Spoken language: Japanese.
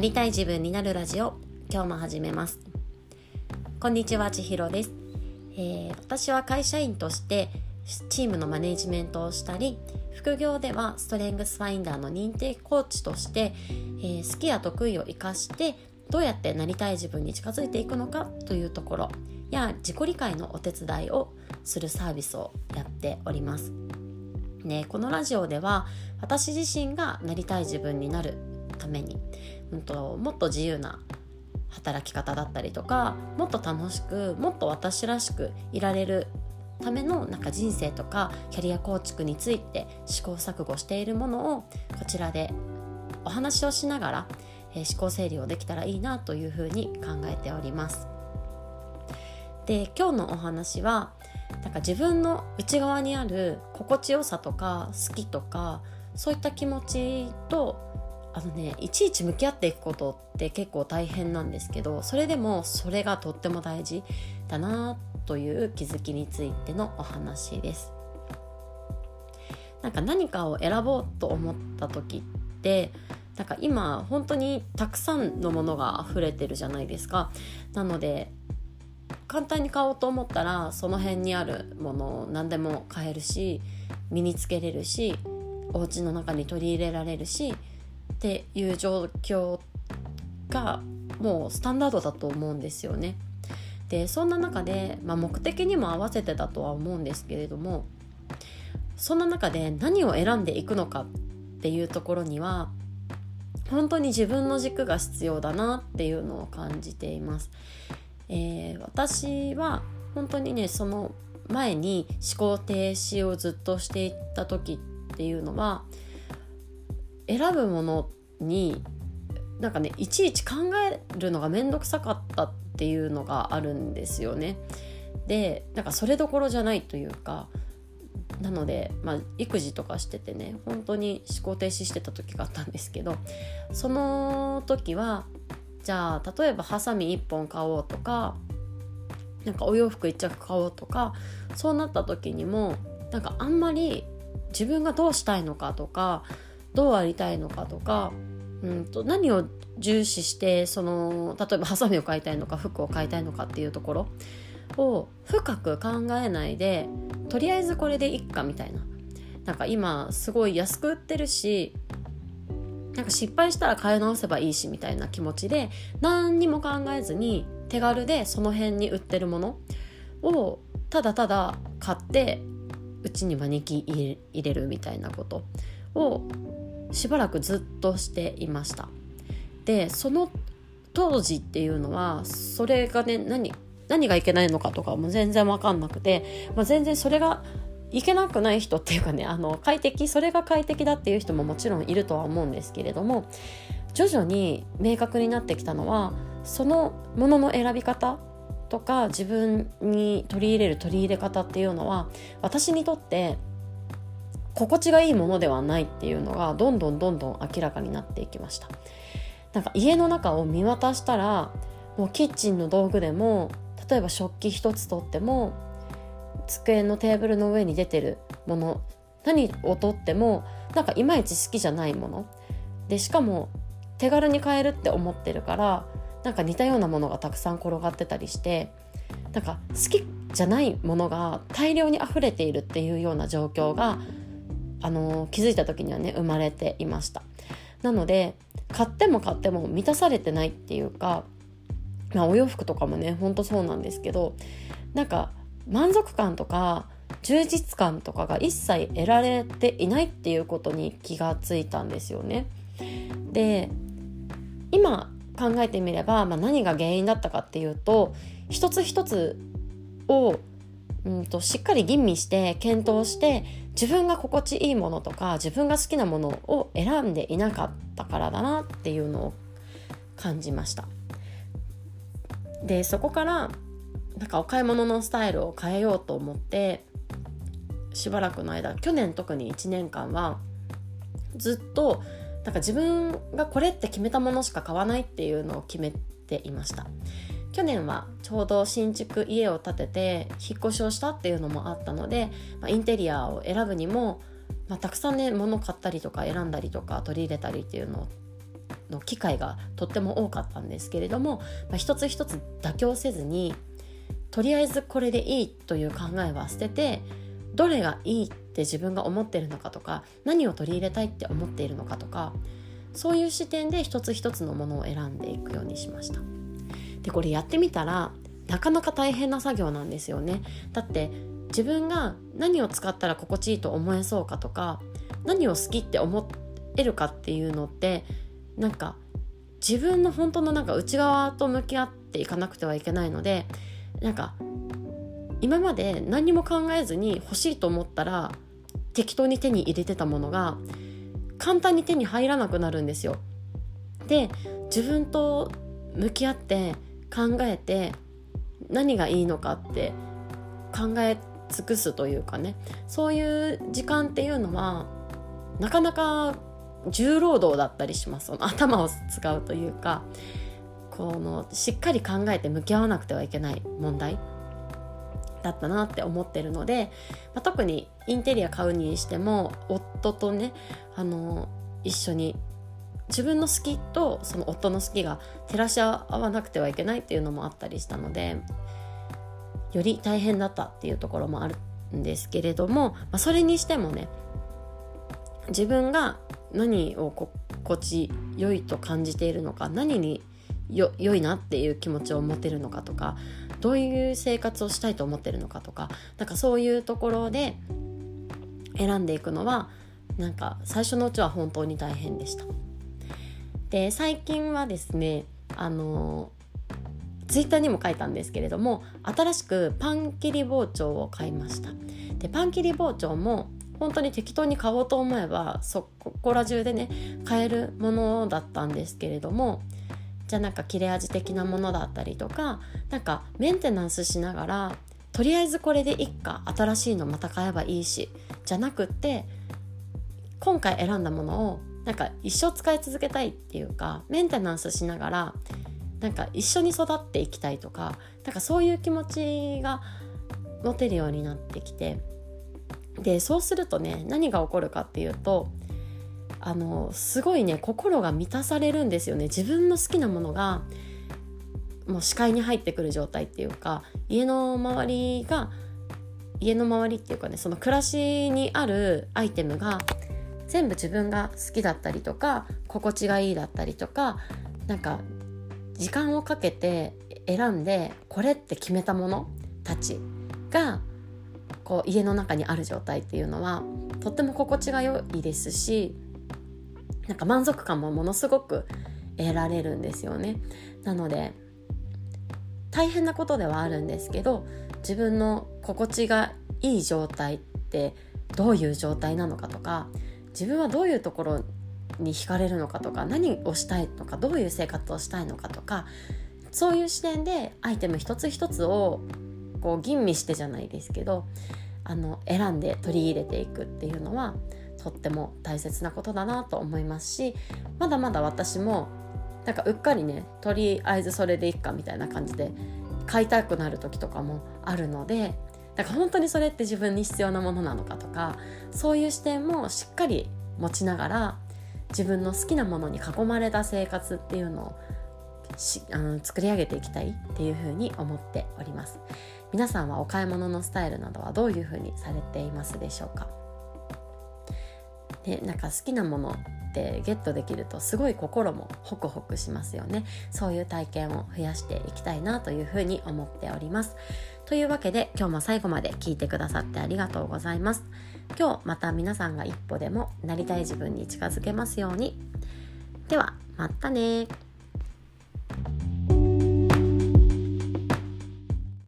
りたい自分になるラジオ、今日も始めます。こんにちは、千尋です。私は会社員としてチームのマネジメントをしたり、副業ではストレングスファインダーの認定コーチとして、好きや得意を生かしてどうやってなりたい自分に近づいていくのかというところや、自己理解のお手伝いをするサービスをやっております。このラジオでは私自身がなりたい自分になるために、もっと自由な働き方だったりとか、もっと楽しく、もっと私らしくいられるための人生とかキャリア構築について試行錯誤しているものをこちらでお話をしながら、思考整理をできたらいいなというふうに考えております。で、今日のお話は自分の内側にある心地よさとか好きとか、そういった気持ちといちいち向き合っていくことって結構大変なんですけど、それでもそれがとっても大事だなという気づきについてのお話です。何かを選ぼうと思った時って今本当にたくさんのものが溢れてるじゃないですか。なので簡単に買おうと思ったら、その辺にあるものを何でも買えるし、身につけれるし、お家の中に取り入れられるしっていう状況がもうスタンダードだと思うんですよね。で、そんな中で、目的にも合わせてだとは思うんですけれども、そんな中で何を選んでいくのかっていうところには本当に自分の軸が必要だなっていうのを感じています。私は本当にその前に思考停止をずっとしていた時っていうのは、選ぶものにいちいち考えるのがめんどくさかったっていうのがあるんですよね。で、それどころじゃないというか、なので、育児とかしててね、本当に思考停止してた時があったんですけど、その時はじゃあ例えばハサミ1本買おうとか、お洋服1着買おうとか、そうなった時にもあんまり自分がどうしたいのかとか、どうありたいのかとか、何を重視して例えばハサミを買いたいのか服を買いたいのかっていうところを深く考えないで、とりあえずこれでいっかみたいな、今すごい安く売ってるし、失敗したら買い直せばいいしみたいな気持ちで、何にも考えずに手軽でその辺に売ってるものをただただ買ってうちに招き入れるみたいなことをしばらくずっとしていました。で、その当時っていうのはそれがね、何がいけないのかとかも全然分かんなくて、全然それがいけなくない人っていうかね、それが快適だっていう人ももちろんいるとは思うんですけれども、徐々に明確になってきたのは、そのものの選び方とか自分に取り入れ方っていうのは、私にとって心地がいいものではないっていうのがどんどん明らかになっていきました。家の中を見渡したら、もうキッチンの道具でも、例えば食器一つとっても、机のテーブルの上に出てるもの、何をとってもいまいち好きじゃないもので、しかも手軽に買えるって思ってるから、似たようなものがたくさん転がってたりして、好きじゃないものが大量に溢れているっていうような状況が気づいた時にはね、生まれていました。なので買っても満たされてないっていうか、お洋服とかもね、ほんとそうなんですけど、満足感とか充実感とかが一切得られていないっていうことに気がついたんですよね。で、今考えてみれば、何が原因だったかっていうと、一つ一つをしっかり吟味して検討して、自分が心地いいものとか自分が好きなものを選んでいなかったからだなっていうのを感じました。で、そこからお買い物のスタイルを変えようと思って、しばらくの間、去年特に1年間はずっと自分がこれって決めたものしか買わないっていうのを決めていました。去年はちょうど新築家を建てて引っ越しをしたっていうのもあったので、インテリアを選ぶにも、たくさんね物買ったりとか選んだりとか取り入れたりっていうのの機会がとっても多かったんですけれども、一つ一つ妥協せずに、とりあえずこれでいいという考えは捨てて、どれがいいって自分が思っているのかとか、何を取り入れたいって思っているのかとか、そういう視点で一つ一つのものを選んでいくようにしました。でこれやってみたらなかなか大変な作業なんですよね。だって自分が何を使ったら心地いいと思えそうかとか、何を好きって思えるかっていうのって、なんか自分の本当の内側と向き合っていかなくてはいけないので、今まで何も考えずに欲しいと思ったら適当に手に入れてたものが簡単に手に入らなくなるんですよ。で自分と向き合って考えて、何がいいのかって考え尽くすというかね、そういう時間っていうのはなかなか重労働だったりします。頭を使うというか、しっかり考えて向き合わなくてはいけない問題だったなって思ってるので、特にインテリア買うにしても夫とね、一緒に自分の好きとその夫の好きが照らし合わなくてはいけないっていうのもあったりしたので、より大変だったっていうところもあるんですけれども、それにしてもね、自分が何を心地よいと感じているのか、何に良いなっていう気持ちを持てるのかとか、どういう生活をしたいと思ってるのかとか、そういうところで選んでいくのは最初のうちは本当に大変でした。で最近はですね、ツイッターにも書いたんですけれども、新しくパン切り包丁を買いました。でパン切り包丁も本当に適当に買おうと思えばそこら中でね買えるものだったんですけれども、じゃあ切れ味的なものだったりとか、メンテナンスしながらとりあえずこれでいっか、新しいのまた買えばいいし、じゃなくって、今回選んだものを一生使い続けたいっていうか、メンテナンスしながら一緒に育っていきたいとか、そういう気持ちが持てるようになってきて、でそうするとね、何が起こるかっていうと、すごいね心が満たされるんですよね。自分の好きなものがもう視界に入ってくる状態っていうか、家の周りっていうかね、その暮らしにあるアイテムが全部自分が好きだったりとか、心地がいいだったりとか、時間をかけて選んでこれって決めたものたちが家の中にある状態っていうのはとっても心地が良いですし、満足感もものすごく得られるんですよね。なので大変なことではあるんですけど、自分の心地がいい状態ってどういう状態なのかとか、自分はどういうところに惹かれるのかとか、何をしたいのか、どういう生活をしたいのかとか、そういう視点でアイテム一つ一つを吟味してじゃないですけど、選んで取り入れていくっていうのはとっても大切なことだなと思いますし、まだまだ私もうっかりね、とりあえずそれでいいかみたいな感じで買いたくなる時とかもあるので、本当にそれって自分に必要なものなのかとか、そういう視点もしっかり持ちながら、自分の好きなものに囲まれた生活っていうのを作り上げていきたいっていうふうに思っております。皆さんはお買い物のスタイルなどはどういうふうにされていますでしょうか。で好きなものってゲットできるとすごい心もホクホクしますよね。そういう体験を増やしていきたいなというふうに思っております。というわけで今日も最後まで聞いてくださってありがとうございます。今日また皆さんが一歩でもなりたい自分に近づけますように。ではまたね。